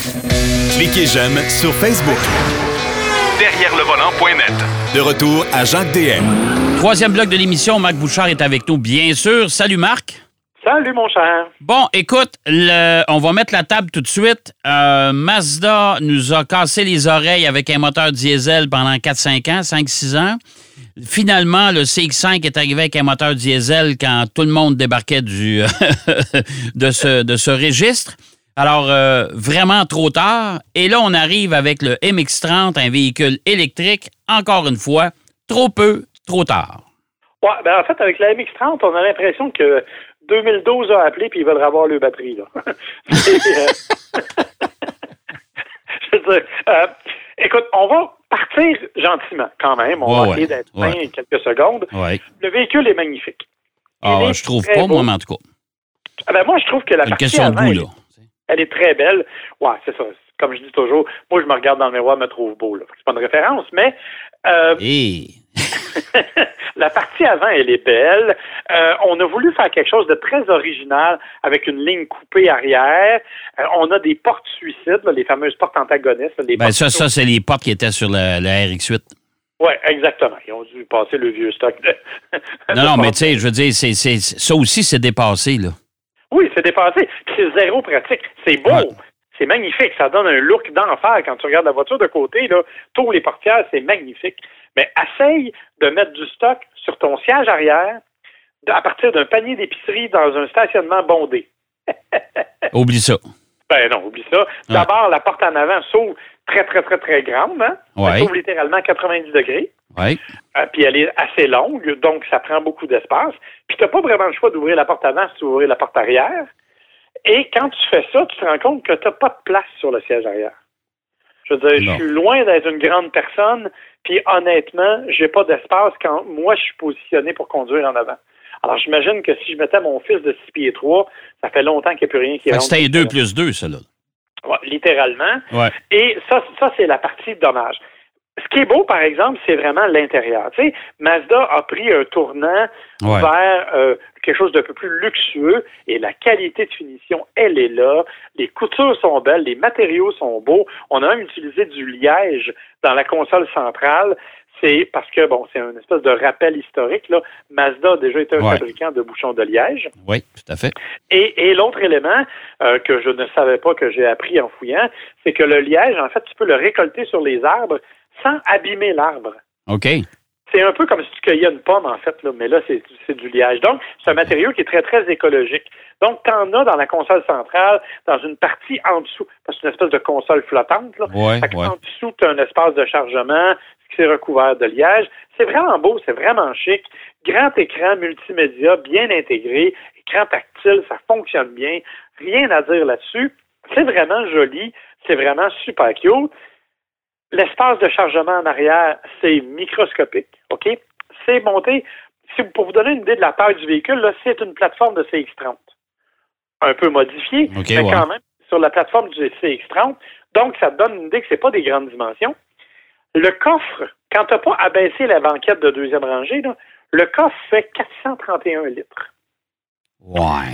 Cliquez j'aime sur Facebook. Derrière le volant.net. De retour à Jacques DM. Troisième bloc de l'émission, Marc Bouchard est avec nous, bien sûr. Salut Marc. Salut, mon cher. Bon, écoute, on va mettre la table tout de suite. Mazda nous a cassé les oreilles avec un moteur diesel pendant 4-5 ans, 5-6 ans. Finalement, le CX-5 est arrivé avec un moteur diesel quand tout le monde débarquait de ce registre. Alors, vraiment trop tard. Et là, on arrive avec le MX-30, un véhicule électrique, encore une fois, trop peu, trop tard. Ouais, ben en fait, avec la MX-30, on a l'impression que 2012 a appelé puis ils veulent revoir leur batterie, là. Je veux dire, écoute, on va partir gentiment quand même. On va essayer d'être fin quelques secondes. Ouais. Le véhicule est magnifique. Je trouve pas, moi, mais en tout cas. Moi, je trouve que la partie question avant, de goût, là. elle est très belle. Ouais, c'est ça. Comme je dis toujours, moi, je me regarde dans le miroir, me trouve beau, là. C'est pas une référence, mais... La partie avant, elle est belle. On a voulu faire quelque chose de très original avec une ligne coupée arrière. On a des portes suicides, là, les fameuses portes antagonistes. Ça, c'est les portes qui étaient sur la RX-8. Oui, exactement. Ils ont dû passer le vieux stock. Non, mais tu sais, je veux dire, ça aussi, c'est dépassé, là. Oui, c'est dépassé. Puis c'est zéro pratique. C'est beau. Ouais. C'est magnifique. Ça donne un look d'enfer quand tu regardes la voiture de côté. Là, tous les portières, c'est magnifique. Mais essaye de mettre du stock sur ton siège arrière à partir d'un panier d'épicerie dans un stationnement bondé. Oublie ça. Ben non, oublie ça. D'abord, la porte en avant s'ouvre très, très, très, très grande. Hein? Elle s'ouvre littéralement à 90 degrés. Oui. Puis elle est assez longue, donc ça prend beaucoup d'espace. Puis tu n'as pas vraiment le choix d'ouvrir la porte avant si tu veux ouvrir la porte arrière. Et quand tu fais ça, tu te rends compte que tu n'as pas de place sur le siège arrière. Je veux dire, je suis loin d'être une grande personne, puis honnêtement, j'ai pas d'espace quand moi je suis positionné pour conduire en avant. Alors j'imagine que si je mettais mon fils de 6 pieds 3, ça fait longtemps qu'il n'y a plus rien qui rentre. C'était 2 plus 2, ça, là. Ouais, littéralement. Ouais. Et ça, c'est la partie dommage. Ce qui est beau, par exemple, c'est vraiment l'intérieur. Tu sais, Mazda a pris un tournant vers quelque chose d'un peu plus luxueux et la qualité de finition, elle est là. Les coutures sont belles, les matériaux sont beaux. On a même utilisé du liège dans la console centrale. C'est parce que, c'est une espèce de rappel historique, là. Mazda a déjà été un fabricant de bouchons de liège. Oui, tout à fait. Et l'autre élément que je ne savais pas, que j'ai appris en fouillant, c'est que le liège, en fait, tu peux le récolter sur les arbres sans abîmer l'arbre. OK. C'est un peu comme si tu cueillais une pomme, en fait, là, mais là, c'est du liège. Donc, c'est un matériau qui est très, très écologique. Donc, tu en as dans la console centrale, dans une partie en dessous, parce que c'est une espèce de console flottante, là. En dessous, tu as un espace de chargement qui est recouvert de liège. C'est vraiment beau, c'est vraiment chic. Grand écran multimédia, bien intégré, écran tactile, ça fonctionne bien. Rien à dire là-dessus. C'est vraiment joli, c'est vraiment super cute. L'espace de chargement en arrière, c'est microscopique, OK? C'est monté, pour vous donner une idée de la taille du véhicule, là, c'est une plateforme de CX-30. Un peu modifiée, mais quand même sur la plateforme du CX-30. Donc, ça te donne une idée que c'est pas des grandes dimensions. Le coffre, quand tu n'as pas abaissé la banquette de deuxième rangée, là, le coffre fait 431 litres. Ouais.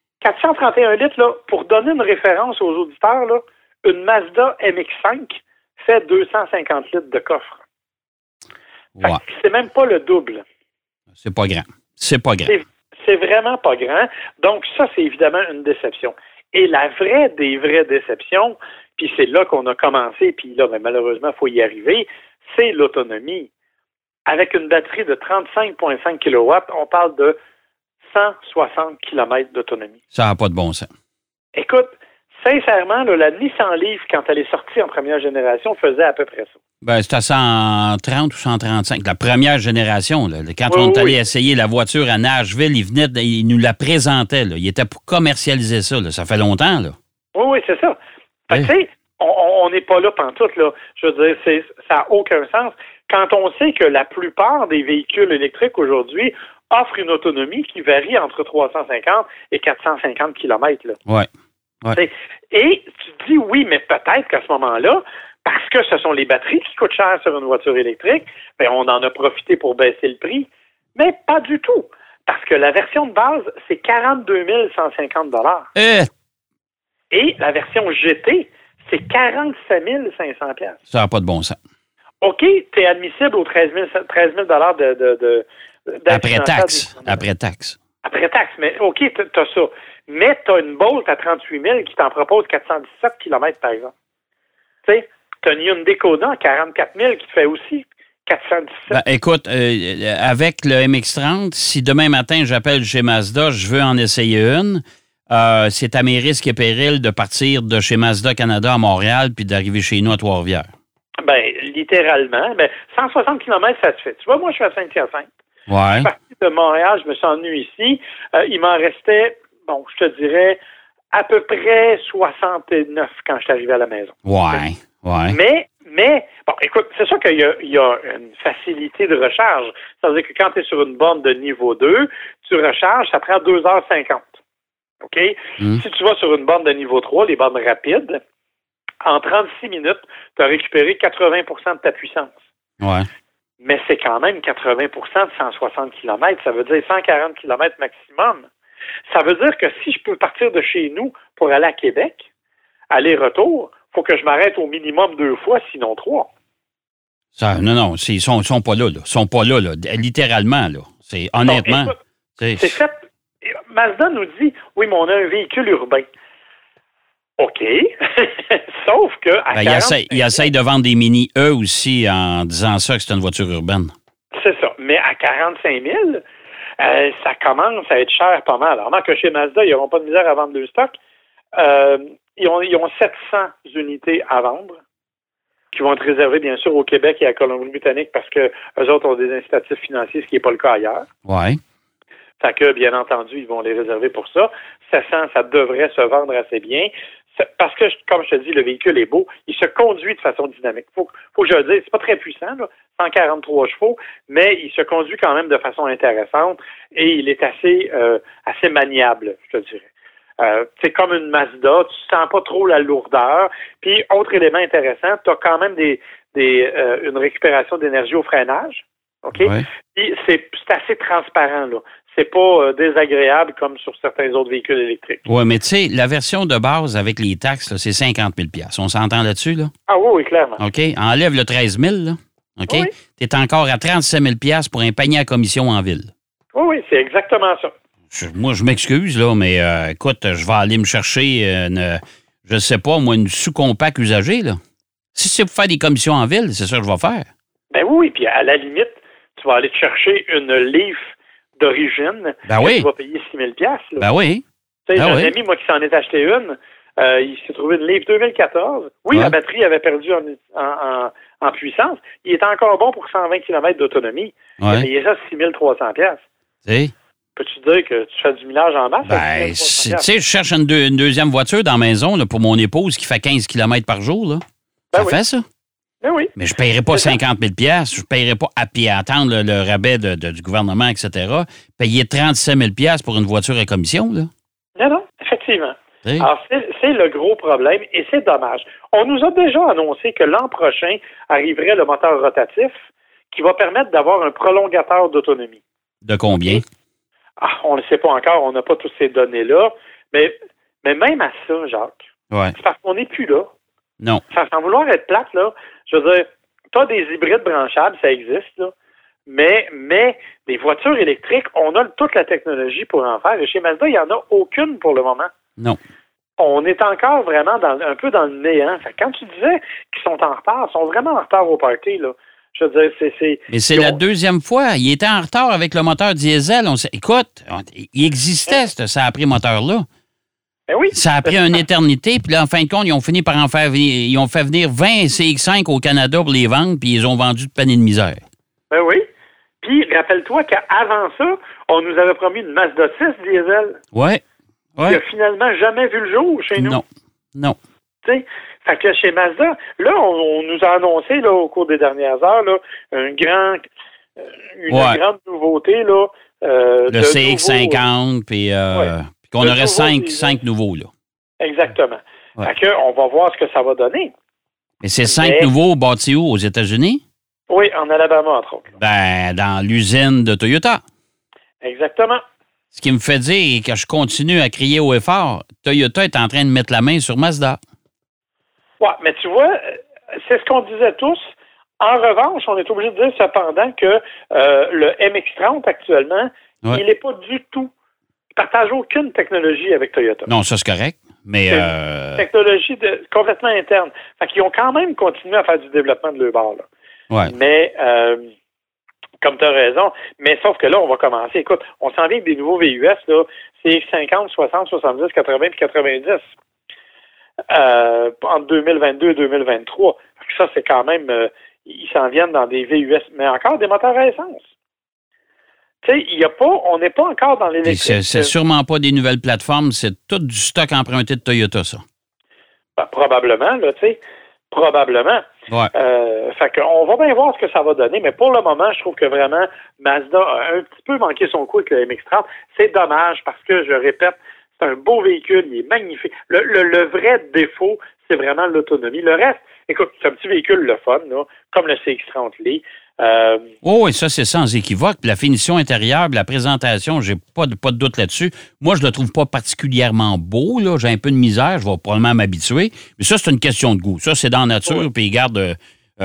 431 litres, là, pour donner une référence aux auditeurs, là, une Mazda MX-5 fait 250 litres de coffre. Ouais. C'est même pas le double. C'est pas grand. C'est pas grand. C'est vraiment pas grand. Donc, ça, c'est évidemment une déception. Et la vraie des vraies déceptions, puis c'est là qu'on a commencé, puis là, malheureusement, il faut y arriver, c'est l'autonomie. Avec une batterie de 35,5 kW, on parle de 160 km d'autonomie. Ça n'a pas de bon sens. Écoute, sincèrement, là, la Nissan Leaf, quand elle est sortie en première génération, faisait à peu près ça. C'était à 130 ou 135. La première génération, là, quand on est allé essayer la voiture à Nashville, il nous la présentait. Là. Il était pour commercialiser ça. Là. Ça fait longtemps. Là. Oui, c'est ça. Tu sais, on n'est pas là pantoute. Là. Je veux dire, ça n'a aucun sens. Quand on sait que la plupart des véhicules électriques aujourd'hui offrent une autonomie qui varie entre 350 et 450 km. Oui. Ouais. Et tu te dis oui, mais peut-être qu'à ce moment-là, parce que ce sont les batteries qui coûtent cher sur une voiture électrique, on en a profité pour baisser le prix. Mais pas du tout. Parce que la version de base, c'est 42 150 $. Et la version GT, c'est 47 500 $. Ça n'a pas de bon sens. OK, tu es admissible aux 13 000 de Après taxe. Après taxe. Après taxe, mais OK, tu as ça. Mais tu as une Bolt à 38 000 qui t'en propose 417 km, par exemple. Tu sais, tu as une Hyundai Kona à 44 000 qui te fait aussi 417. Ben, écoute, avec le MX-30, si demain matin j'appelle chez Mazda, je veux en essayer une, c'est à mes risques et périls de partir de chez Mazda Canada à Montréal puis d'arriver chez nous à Trois-Rivières. Ben, littéralement. Ben, 160 km, ça se fait. Tu vois, moi, je suis à Saint-Hyacinthe. Ouais. Je suis parti de Montréal, je me suis ennuyé ici. Il m'en restait, bon, je te dirais, à peu près 69 quand je suis arrivé à la maison. Ouais. Mais, bon, écoute, c'est sûr qu'il y a une facilité de recharge. Ça veut dire que quand tu es sur une borne de niveau 2, tu recharges, ça prend 2h50. OK? Si tu vas sur une borne de niveau 3, les bornes rapides, en 36 minutes, tu as récupéré 80 de ta puissance. Ouais. Mais c'est quand même 80 de 160 km. Ça veut dire 140 km maximum. Ça veut dire que si je peux partir de chez nous pour aller à Québec, aller-retour, il faut que je m'arrête au minimum 2 fois, sinon 3. Ça, non, ils sont pas là. Ils sont pas là, littéralement. Là. C'est, honnêtement. Bon, écoute, c'est fait. Mazda nous dit, oui, mais on a un véhicule urbain. OK. Sauf que. Ils essayent de vendre des mini eux aussi en disant ça que c'est une voiture urbaine. C'est ça. Mais à 45 000, ça commence à être cher pas mal. Alors que chez Mazda, ils n'auront pas de misère à vendre le stock. Ils ont 700 unités à vendre qui vont être réservées, bien sûr, au Québec et à Colombie-Britannique parce que eux autres ont des incitatifs financiers, ce qui n'est pas le cas ailleurs. Oui. Fait que, bien entendu, ils vont les réserver pour ça. 700, ça devrait se vendre assez bien. Parce que, comme je te dis, le véhicule est beau. Il se conduit de façon dynamique. Faut que je le dise. C'est pas très puissant, là, 143 chevaux, mais il se conduit quand même de façon intéressante et il est assez maniable, je te dirais. C'est comme une Mazda. Tu sens pas trop la lourdeur. Puis, autre élément intéressant, tu as quand même une récupération d'énergie au freinage. OK? Ouais. Puis, c'est assez transparent, là. C'est pas désagréable comme sur certains autres véhicules électriques. Oui, mais tu sais, la version de base avec les taxes, là, c'est 50 000 $. On s'entend là-dessus, là? Ah oui, clairement. OK? Enlève le 13 000, là. OK? Oui. Tu es encore à 37 000 $ pour un panier à commission en ville. Oui, c'est exactement ça. Moi, je m'excuse, là, mais écoute, je vais aller me chercher je sais pas, moi, une sous-compact usagée, là. Si c'est pour faire des commissions en ville, c'est ça que je vais faire. Ben oui, puis à la limite, tu vas aller te chercher une Leaf d'origine, tu vas payer 6 000 $. Ben oui. Tu sais, j'ai un ami, moi, qui s'en est acheté une. Il s'est trouvé une Leaf 2014. Oui, la batterie avait perdu en puissance. Il est encore bon pour 120 km d'autonomie. Il a payé ça 6 300 $. Peux-tu dire que tu fais du millage en masse? Ben, tu sais, je cherche une deuxième voiture dans la maison là, pour mon épouse qui fait 15 km par jour. Là. Ça fait ça? Ben oui. Mais je ne paierai pas 50 000 $. Je ne paierai pas à attendre le rabais du gouvernement, etc. Payer 37 000 $ pour une voiture à commission. Là. Non, effectivement. Alors, c'est le gros problème et c'est dommage. On nous a déjà annoncé que l'an prochain arriverait le moteur rotatif qui va permettre d'avoir un prolongateur d'autonomie. De combien? On ne le sait pas encore, on n'a pas toutes ces données-là, mais même à ça, Jacques, c'est parce qu'on n'est plus là. Non. Sans vouloir être plate, là, je veux dire, tu as des hybrides branchables, ça existe, là, mais des voitures électriques, on a toute la technologie pour en faire, et chez Mazda, il n'y en a aucune pour le moment. Non. On est encore vraiment un peu dans le néant. Fait que quand tu disais qu'ils sont en retard, ils sont vraiment en retard au party, là. Je veux dire, c'est... Mais c'est la deuxième fois. Il était en retard avec le moteur diesel. Écoute, il existait, ça a pris moteur-là. Ben oui. Ça a pris une éternité. Puis là, en fin de compte, ils ont fini par en faire venir... Ils ont fait venir 20 CX5 au Canada pour les vendre, puis ils ont vendu de panier de misère. Ben oui. Puis, rappelle-toi qu'avant ça, on nous avait promis une Mazda 6 diesel. Oui. Qui a finalement jamais vu le jour chez nous. Non. Tu sais, fait que chez Mazda, là, on nous a annoncé, là, au cours des dernières heures, là, une grande nouveauté, là. Le CX50, puis qu'on aurait 5 nouveaux, là. Exactement. Ouais. Fait que, on va voir ce que ça va donner. Mais c'est 5 nouveaux bâtis où, aux États-Unis? Oui, en Alabama, entre autres. Ben, dans l'usine de Toyota. Exactement. Ce qui me fait dire que je continue à crier haut et fort, Toyota est en train de mettre la main sur Mazda. Ouais, mais tu vois, c'est ce qu'on disait tous. En revanche, on est obligé de dire cependant que le MX-30 actuellement, il n'est pas du tout. Il ne partage aucune technologie avec Toyota. Non, ça c'est correct. Mais c'est une technologie complètement interne. Fait qu'ils ont quand même continué à faire du développement de leur bord. Là. Ouais. Mais comme tu as raison, mais sauf que là, on va commencer. Écoute, on s'en vient avec des nouveaux VUS, là, c'est 50, 60, 70, 80 puis 90 entre 2022 et 2023. Ça, c'est quand même... ils s'en viennent dans des VUS, mais encore des moteurs à essence. Tu sais, on n'est pas encore dans l'électrique. C'est sûrement pas des nouvelles plateformes, c'est tout du stock emprunté de Toyota, ça. Ben, probablement, là, tu sais. Probablement. Ouais. Fait qu'on va bien voir ce que ça va donner, mais pour le moment, je trouve que vraiment Mazda a un petit peu manqué son coup avec le MX-30. C'est dommage parce que, je répète, c'est un beau véhicule, il est magnifique. Le vrai défaut, c'est vraiment l'autonomie. Le reste, écoute, c'est un petit véhicule le fun, là, comme le CX-30 Li. Oui, ça, c'est sans équivoque. La finition intérieure, la présentation, j'ai pas de doute là-dessus. Moi, je le trouve pas particulièrement beau. Là. J'ai un peu de misère. Je vais probablement m'habituer. Mais ça, c'est une question de goût. Ça, c'est dans la nature. Oui. Puis, il garde...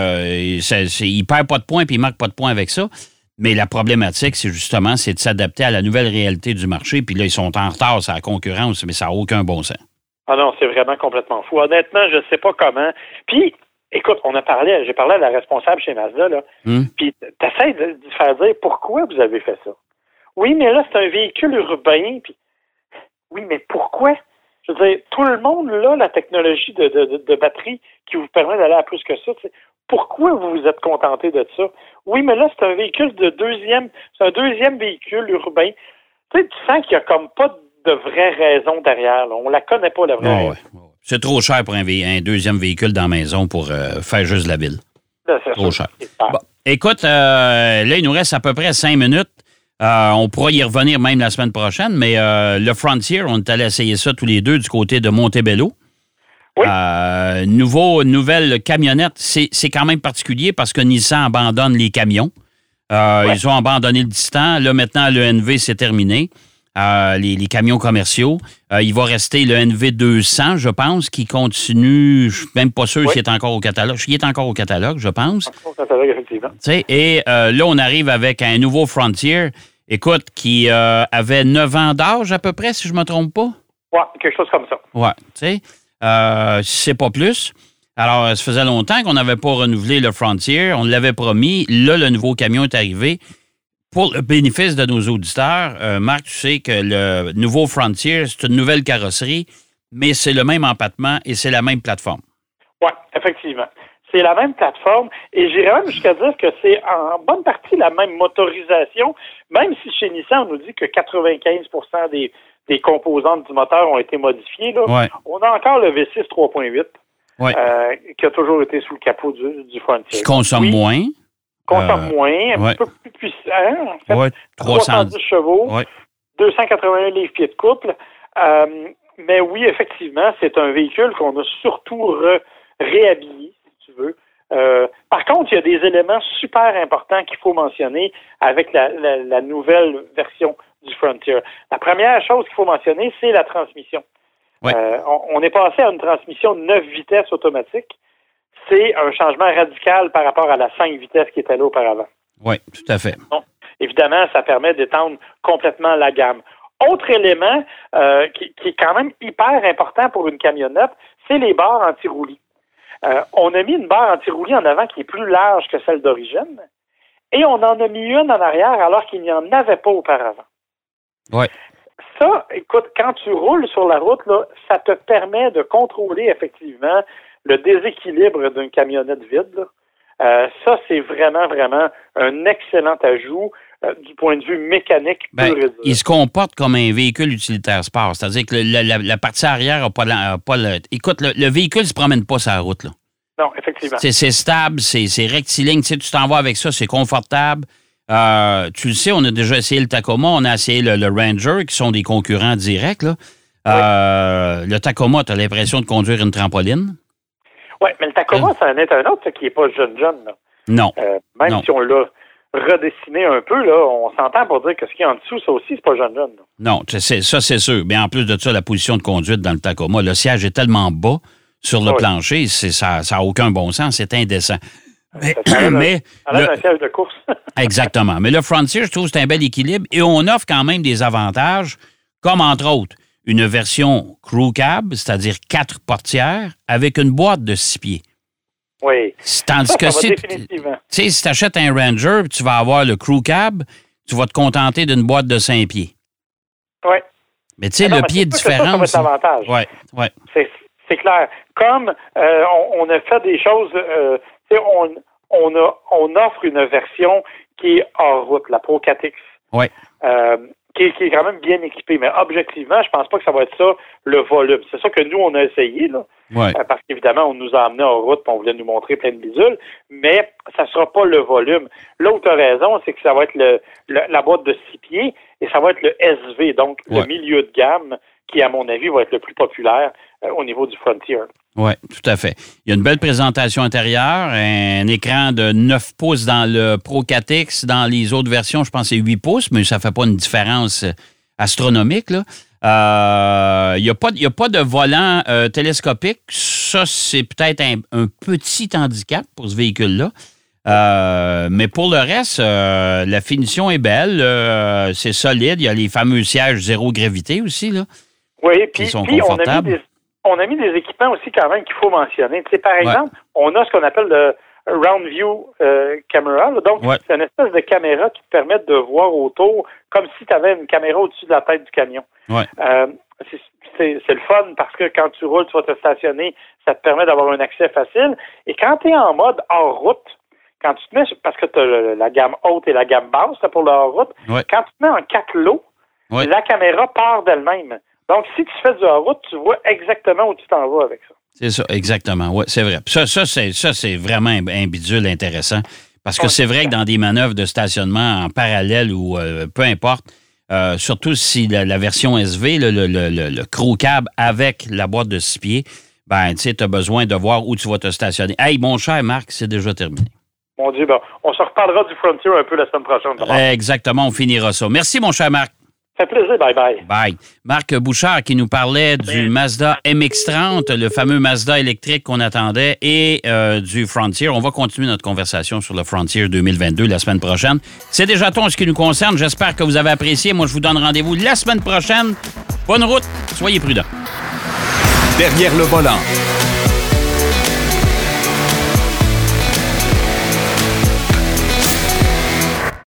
il perd pas de points puis il marque pas de points avec ça. Mais la problématique, c'est justement de s'adapter à la nouvelle réalité du marché. Puis là, ils sont en retard sur la concurrence, mais ça n'a aucun bon sens. Ah non, c'est vraiment complètement fou. Honnêtement, je ne sais pas comment. Puis, écoute, j'ai parlé à la responsable chez Mazda, là. Puis, t'essaies de faire dire pourquoi vous avez fait ça. Oui, mais là, c'est un véhicule urbain. Puis, oui, mais pourquoi? Je veux dire, tout le monde, là, la technologie de batterie qui vous permet d'aller à plus que ça, t'sais. Pourquoi vous vous êtes contenté de ça? Oui, mais là, c'est un véhicule c'est un deuxième véhicule urbain. Tu sais, tu sens qu'il n'y a comme pas de vraie raison derrière. Là. On la connaît pas, la vraie raison. Ouais. C'est trop cher pour un deuxième véhicule dans la maison pour faire juste la ville. C'est trop cher. Bon, écoute, là, il nous reste à peu près 5 minutes. On pourra y revenir même la semaine prochaine, mais le Frontier, on est allé essayer ça tous les deux du côté de Montebello. Oui. Nouvelle camionnette. C'est quand même particulier parce que Nissan abandonne les camions. Ils ont abandonné le Distant. Là, maintenant, le NV, c'est terminé. Les camions commerciaux. Il va rester le NV200, je pense, qui continue. Je ne suis même pas sûr s'il est encore au catalogue. Il est encore au catalogue, je pense. Au catalogue, effectivement. Et là, on arrive avec un nouveau Frontier, écoute, qui avait 9 ans d'âge à peu près, si je ne me trompe pas. Oui, quelque chose comme ça. Oui, tu sais. Si c'est pas plus. Alors, ça faisait longtemps qu'on n'avait pas renouvelé le Frontier. On l'avait promis. Là, le nouveau camion est arrivé. Pour le bénéfice de nos auditeurs, Marc, tu sais que le nouveau Frontier, c'est une nouvelle carrosserie, mais c'est le même empattement et c'est la même plateforme. Oui, effectivement. C'est la même plateforme et j'irais même jusqu'à dire que c'est en bonne partie la même motorisation, même si chez Nissan, on nous dit que 95% des composantes du moteur ont été modifiées. Là. Ouais. On a encore le V6 3.8 ouais. Qui a toujours été sous le capot du Frontier. Qui consomme moins. Consomme moins, un petit peu plus puissant. En fait, 310 chevaux, 281 livres-pieds de couple. Mais oui, effectivement, c'est un véhicule qu'on a surtout réhabillé, si tu veux. Par contre, il y a des éléments super importants qu'il faut mentionner avec la nouvelle version du Frontier. La première chose qu'il faut mentionner, c'est la transmission. Ouais. On est passé à une transmission de 9 vitesses automatique. C'est un changement radical par rapport à la 5 vitesses qui était là auparavant. Oui, tout à fait. Donc, évidemment, ça permet d'étendre complètement la gamme. Autre élément qui est quand même hyper important pour une camionnette, c'est les barres anti-roulis. On a mis une barre anti-roulis en avant qui est plus large que celle d'origine et on en a mis une en arrière alors qu'il n'y en avait pas auparavant. Oui. Ça, écoute, quand tu roules sur la route, là, ça te permet de contrôler effectivement le déséquilibre d'une camionnette vide. Là. Ça, c'est vraiment, vraiment un excellent ajout du point de vue mécanique. Il se comporte comme un véhicule utilitaire sport. C'est-à-dire que la partie arrière n'a pas le... Écoute, le véhicule ne se promène pas sur la route. Là. Non, effectivement. C'est stable, c'est rectiligne. Tu t'en vas avec ça, c'est confortable. Tu le sais, on a déjà essayé le Tacoma, on a essayé le Ranger, qui sont des concurrents directs. Là. Le Tacoma, tu as l'impression de conduire une trampoline. Oui, mais le Tacoma, ça en est un autre qui n'est pas jeune. Là. Non. Même non. si on l'a redessiné un peu, là, on s'entend pour dire que ce qui est en dessous, ça aussi, c'est pas jeune. Là. Non, ça, c'est sûr. Mais en plus de ça, la position de conduite dans le Tacoma, le siège est tellement bas, sur le plancher. Ça n'a aucun bon sens. C'est indécent. Mais un siège de course. Exactement. Mais le Frontier, je trouve que c'est un bel équilibre et on offre quand même des avantages, comme entre autres une version crew cab, c'est-à-dire 4 portières, avec une boîte de 6 pieds. Oui. Tandis que si tu achètes un Ranger, tu vas avoir le crew cab, tu vas te contenter d'une boîte de 5 pieds. Oui. Mais tu sais, le pied de différence. Ça va être l'avantage. Oui. C'est clair. Comme on a fait des choses, on offre une version qui est hors route, la Pro 4X. Oui. Qui est quand même bien équipée. Mais objectivement, je pense pas que ça va être ça, le volume. C'est ça que nous, on a essayé, là. Ouais. Parce qu'évidemment, on nous a amenés en route et on voulait nous montrer plein de bidules, mais ça sera pas le volume. Là où tu as raison, c'est que ça va être la boîte de 6 pieds et ça va être le SV, donc le milieu de gamme, qui, à mon avis, va être le plus populaire au niveau du Frontier. Oui, tout à fait. Il y a une belle présentation intérieure, un écran de 9 pouces dans le Pro 4X. Dans les autres versions, je pense que c'est 8 pouces, mais ça ne fait pas une différence astronomique, là. Il n'y a pas de volant télescopique. Ça, c'est peut-être un petit handicap pour ce véhicule-là. Mais pour le reste, la finition est belle. C'est solide. Il y a les fameux sièges zéro gravité aussi, là. Oui, puis sont confortables. On a mis des équipements aussi quand même qu'il faut mentionner. Tu sais, par exemple, on a ce qu'on appelle le Round View Camera. Là. Donc, c'est une espèce de caméra qui te permet de voir autour comme si tu avais une caméra au-dessus de la tête du camion. Ouais. C'est le fun parce que quand tu roules, tu vas te stationner, ça te permet d'avoir un accès facile. Et quand tu es en mode hors route, quand tu te mets, parce que tu as la gamme haute et la gamme basse là, pour le hors route, quand tu te mets en 4 lots, la caméra part d'elle-même. Donc, si tu fais du hors-route, tu vois exactement où tu t'en vas avec ça. C'est ça, exactement. Oui, c'est vrai. Ça, c'est vraiment un bidule intéressant. Parce que c'est vrai que dans des manœuvres de stationnement en parallèle ou peu importe, surtout si la version SV, le crew cab avec la boîte de 6 pieds, ben, tu sais, tu as besoin de voir où tu vas te stationner. Hey, mon cher Marc, c'est déjà terminé. Mon Dieu, on se reparlera du Frontier un peu la semaine prochaine. Exactement, on finira ça. Merci, mon cher Marc. Ça fait plaisir, bye-bye. Bye. Marc Bouchard qui nous parlait du Mazda MX-30, le fameux Mazda électrique qu'on attendait, et du Frontier. On va continuer notre conversation sur le Frontier 2022 la semaine prochaine. C'est déjà tout en ce qui nous concerne. J'espère que vous avez apprécié. Moi, je vous donne rendez-vous la semaine prochaine. Bonne route. Soyez prudents. Derrière le volant.